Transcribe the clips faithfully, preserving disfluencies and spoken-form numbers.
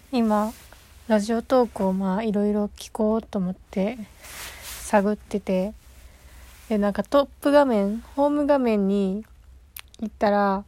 今ラジオトークをまあいろいろ聞こうと思って探ってて、でなんかトップ画面ホーム画面に行ったら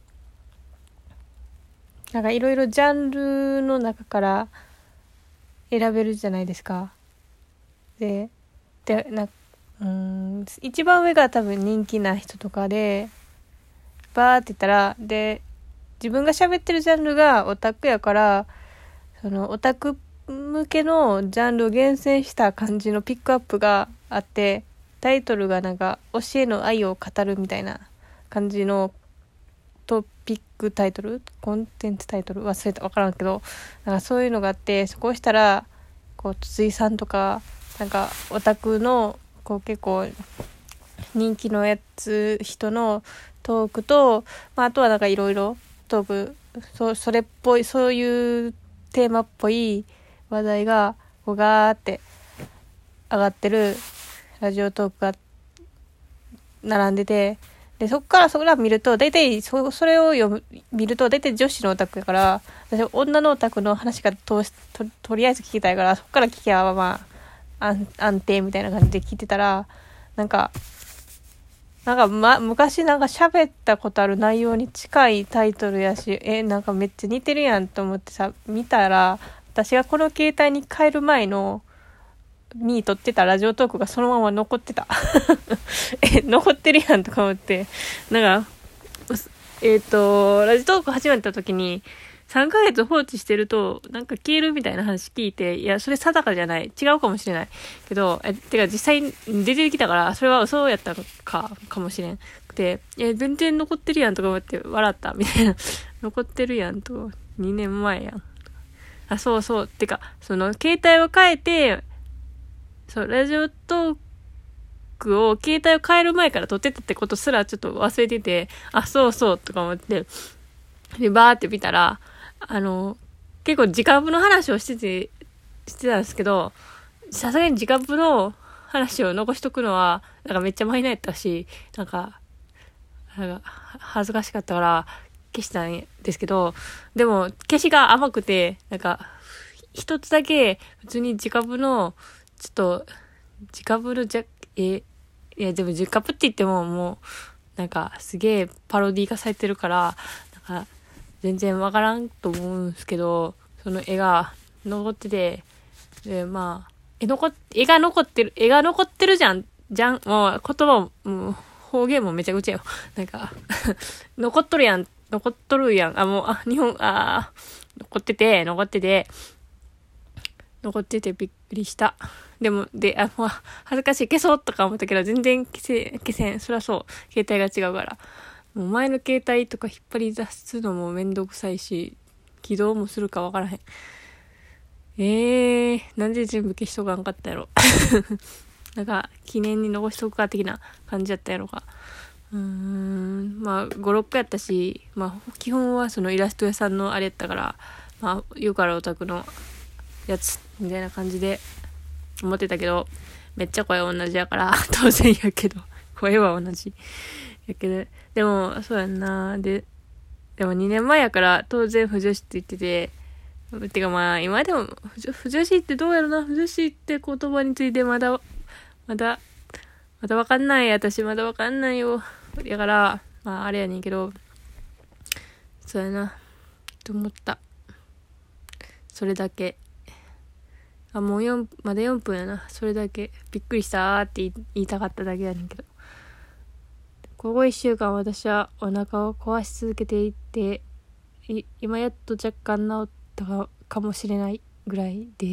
なんかいろいろジャンルの中から選べるじゃないですか。ででなうーん一番上が多分人気な人とかでバーって言ったら、で自分が喋ってるジャンルがオタクやから、そのオタク向けのジャンルを厳選した感じのピックアップがあって、タイトルがなんか教えの愛を語るみたいな感じのトピックタイトル、コンテンツタイトル忘れた、分からんけど、なんかそういうのがあって、そこをしたらこう筒井さんとかなんかオタクのこう結構人気のやつ人のトークと、まあ、あとはなんかいろいろトーク、そそれっぽい、そういうテーマっぽい話題がこうガーって上がってるラジオトークが並んでて、でそこからそこら見ると大体 そ, それを読む見ると大体女子のオタクやから、私女のオタクの話がと と, とりあえず聞きたいから、そこから聞けばまあ安安定みたいな感じで聞いてたら、なんかなんか、ま、昔なんか喋ったことある内容に近いタイトルやし、えなんかめっちゃ似てるやんと思ってさ見たら、私がこの携帯に変える前のに撮ってたラジオトークがそのまま残ってたえ残ってるやんとか思って、なんかえっ、ー、とラジオトーク始めた時にさんかげつ放置してるとなんか消えるみたいな話聞いて、いやそれ定かじゃない、違うかもしれないけど、えてか実際に出てきたからそれは嘘やったかかもしれんくて、え全然残ってるやんとか思って笑ったみたいな残ってるやんとにねんまえやん、あそうそう、てかその携帯を変えて、そうラジオトークを携帯を変える前から撮ってたってことすらちょっと忘れてて、あそうそうとか思って、でバーって見たら、あの結構時間部の話をしててしてたんですけど、さすがに時間部の話を残しとくのはなんかめっちゃマイナーやったし、なんかなんか恥ずかしかったから消したんですけど、でも消しが甘くて、なんか一つだけ普通に時間部のちょっと時間部のじゃえいやでも時間部って言ってももうなんかすげえパロディ化されてるから、なんか全然わからんと思うんですけど、その絵が残ってて、でまあ絵残絵が残ってる絵が残ってるじゃんじゃん、もう言葉ももう方言もめちゃくちゃよ、なんか残っとるやん残っとるやん、あもうあ日本あ残ってて残ってて残っててびっくりした。でもであもう恥ずかしい消そうとか思ったけど全然消せ消せん、そりゃそう携帯が違うから、もう前の携帯とか引っ張り出すのもめんどくさいし起動もするかわからへん。えー、なんで全部消しとかんかったやろなんか記念に残しとくか的な感じやったやろか。うーんまあご、ろっこやったし、まあ基本はそのイラスト屋さんのあれやったから、まあよくあるオタクのやつみたいな感じで思ってたけど、めっちゃ声同じやから当然やけど、声は同じやけど、でもそうやんな。ででもにねんまえやから当然不女子って言ってて、てかまあ今でも不女子ってどうやろな、不女子って言葉についてまだまだまだわかんない、私まだわかんないよ、だからまああれやねんけど、そうやなと思った、それだけ。あもうよんまだよんぷんやな、それだけ。びっくりしたーって言いたかっただけやねんけど、ここいっしゅうかん私はお腹を壊し続けていて、今やっと若干治ったかもしれないぐらいです。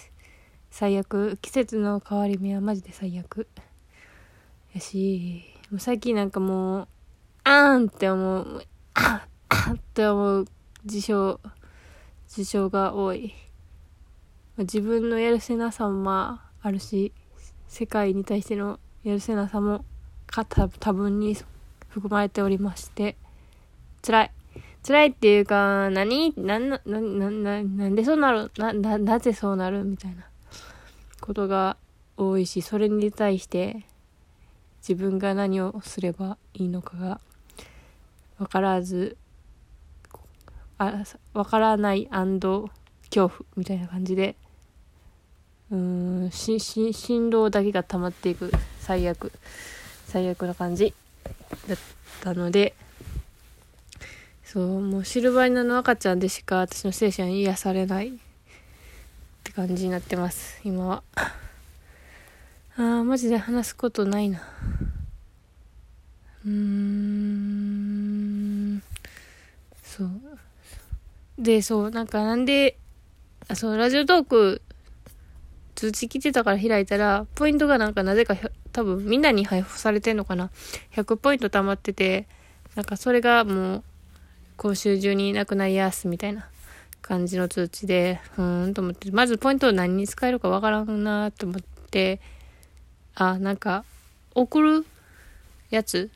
最悪、季節の変わり目はマジで最悪やし、もう最近なんかもうあーんって思うあーって思う事象事象が多い。自分のやるせなさもまああるし、世界に対してのやるせなさもか多分に含まれておりまして、辛い辛いっていうか、何なんなななななんでそうなるなななぜそうなるみたいなことが多いし、それに対して自分が何をすればいいのかが分からず、あ分からない恐怖みたいな感じで、うーんしし振動だけが溜まっていく最悪最悪な感じだったので、そうもうシルバニアの赤ちゃんでしか私の精神は癒されないって感じになってます今は。あーマジで話すことないな。うーんそうでそうなんかなんであそうラジオトーク通知来てたから開いたらポイントがなんかなぜか多分みんなに配布されてんのかな、ひゃくポイント溜まってて、なんかそれがもう今週中になくなりやすみたいな感じの通知で、うーんと思って、まずポイントを何に使えるかわからんなと思って、あなんか送るやつ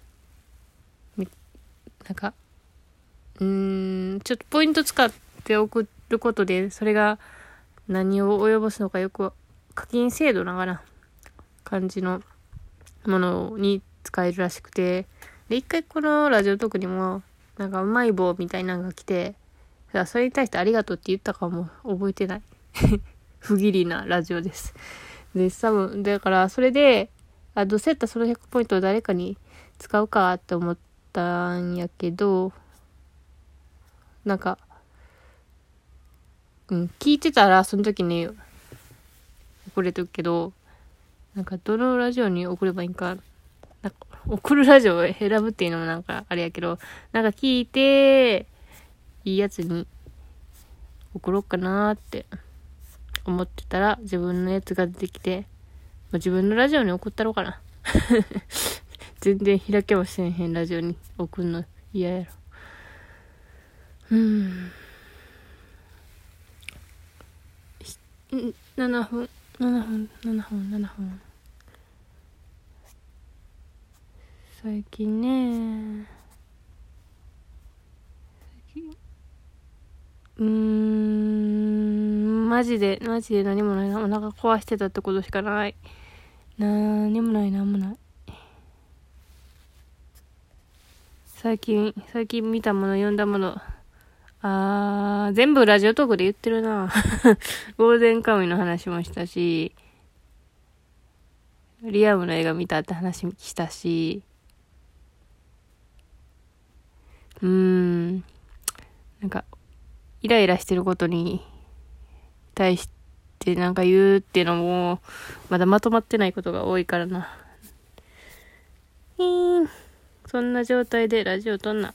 なんかうーんちょっとポイント使って送ることでそれが何を及ぼすのかよく課金制度ながら感じのものに使えるらしくて、で一回このラジオトークにもなんかうまい棒みたいなのが来て、それに対してありがとうって言ったかも覚えてない不義理なラジオですで多分だからそれであどうせやったらそのひゃくポイントを誰かに使うかって思ったんやけど、なんかうん聞いてたらその時に送れてるけど、なんかどのラジオに送ればいいんか、なんか送るラジオを選ぶっていうのもなんかあれやけど、なんか聞いていいやつに送ろうかなーって思ってたら自分のやつが出てきて、もう自分のラジオに送ったろうかな全然開けもせんへんラジオに送るの嫌やろ。うーんななふんななふんななふんななふん最近ね最近うーんマジでマジで何もないな。お腹壊してたってことしかない。何もない何もない。最近最近見たもの読んだもの、あー全部ラジオトークで言ってるなゴールデンカムイの話もしたし、リアムの映画見たって話したし、うーんなんかイライラしてることに対してなんか言うっていうのもまだまとまってないことが多いからな。ひーんそんな状態でラジオ撮んな。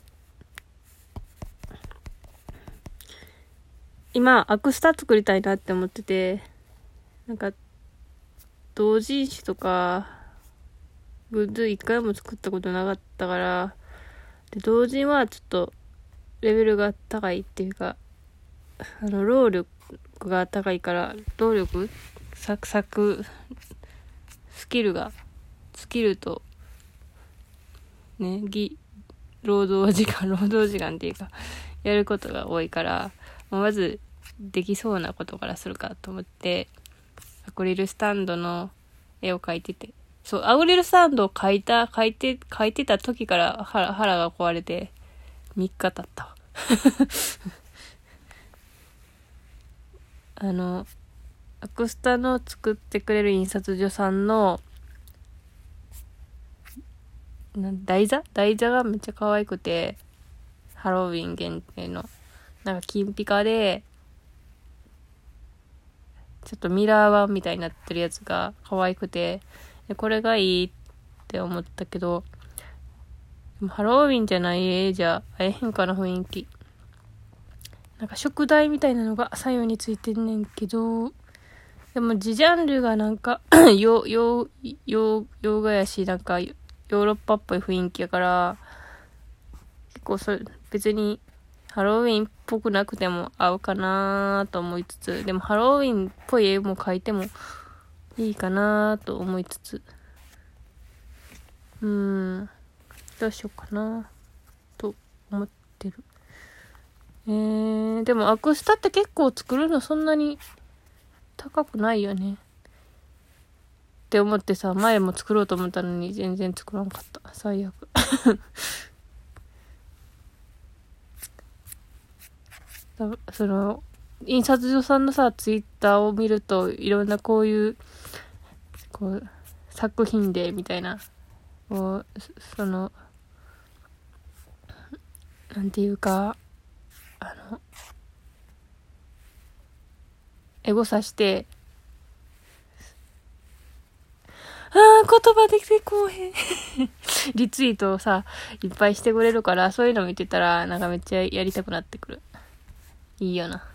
今アクスタ作りたいなって思ってて、なんか同人誌とかグッズ一回も作ったことなかったから、で同人はちょっとレベルが高いっていうか、あの労力が高いから、労力サクサクスキルがスキルとねぎ労働時間労働時間っていうかやることが多いから、まずできそうなことからするかと思ってアクリルスタンドの絵を描いてて、そうアクリルスタンドを描いた描いて描いてた時から腹腹が壊れてみっか経ったわあのアクスタの作ってくれる印刷所さんのな台座台座がめっちゃ可愛くて、ハロウィン限定のなんか金ピカでちょっとミラー版みたいになってるやつが可愛くて、でこれがいいって思ったけど、でもハロウィンじゃない絵じゃ会えへんかな雰囲気。なんか食材みたいなのが左右についてんねんけど、でも字ジャンルがなんか洋洋洋洋画やし、なんかヨーロッパっぽい雰囲気やから、結構それ別にハロウィンっぽくなくても合うかなと思いつつ、でもハロウィンっぽい絵も描いてもいいかなと思いつつ、うーんどうしようかなと思ってる。えー、でもアクスタって結構作るのそんなに高くないよねって思ってさ、前も作ろうと思ったのに全然作らんかった。最悪その印刷所さんのさ、ツイッターを見ると、いろんなこういう、こう、作品で、みたいな、こう、その、なんていうか、あの、エゴさして、あー、言葉できてこうへん。リツイートをさ、いっぱいしてくれるから、そういうの見てたら、なんかめっちゃやりたくなってくる。いいよな。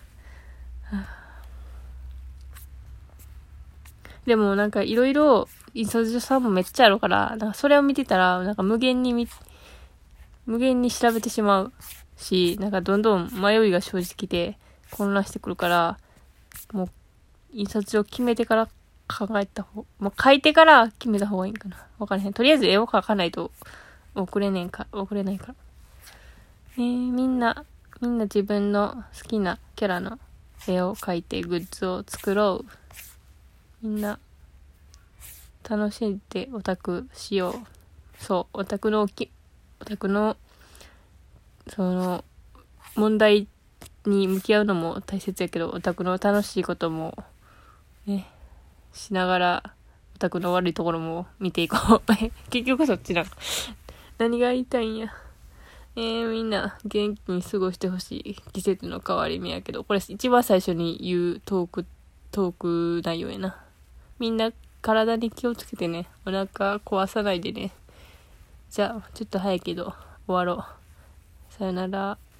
でもなんかいろいろ、印刷所さんもめっちゃあるから、なんかそれを見てたら、なんか無限にみ、無限に調べてしまうし、なんかどんどん迷いが生じてきて、混乱してくるから、もう、印刷所決めてから考えた方、もう書いてから決めた方がいいんかな。わからへん。とりあえず絵を描かないと送れねえか、送れないから。えー、みんな、みんな自分の好きなキャラの絵を描いてグッズを作ろう。みんな、楽しんでオタクしよう。そう、オタクのき、オタクの、その、問題に向き合うのも大切やけど、オタクの楽しいことも、ね、しながら、オタクの悪いところも見ていこう。結局そっちなの。何が言いたいんや。えー、みんな元気に過ごしてほしい季節の変わり目やけど、これ一番最初に言うトーク、トーク内容やな。みんな体に気をつけてね。お腹壊さないでね。じゃあ、ちょっと早いけど終わろう。さよなら。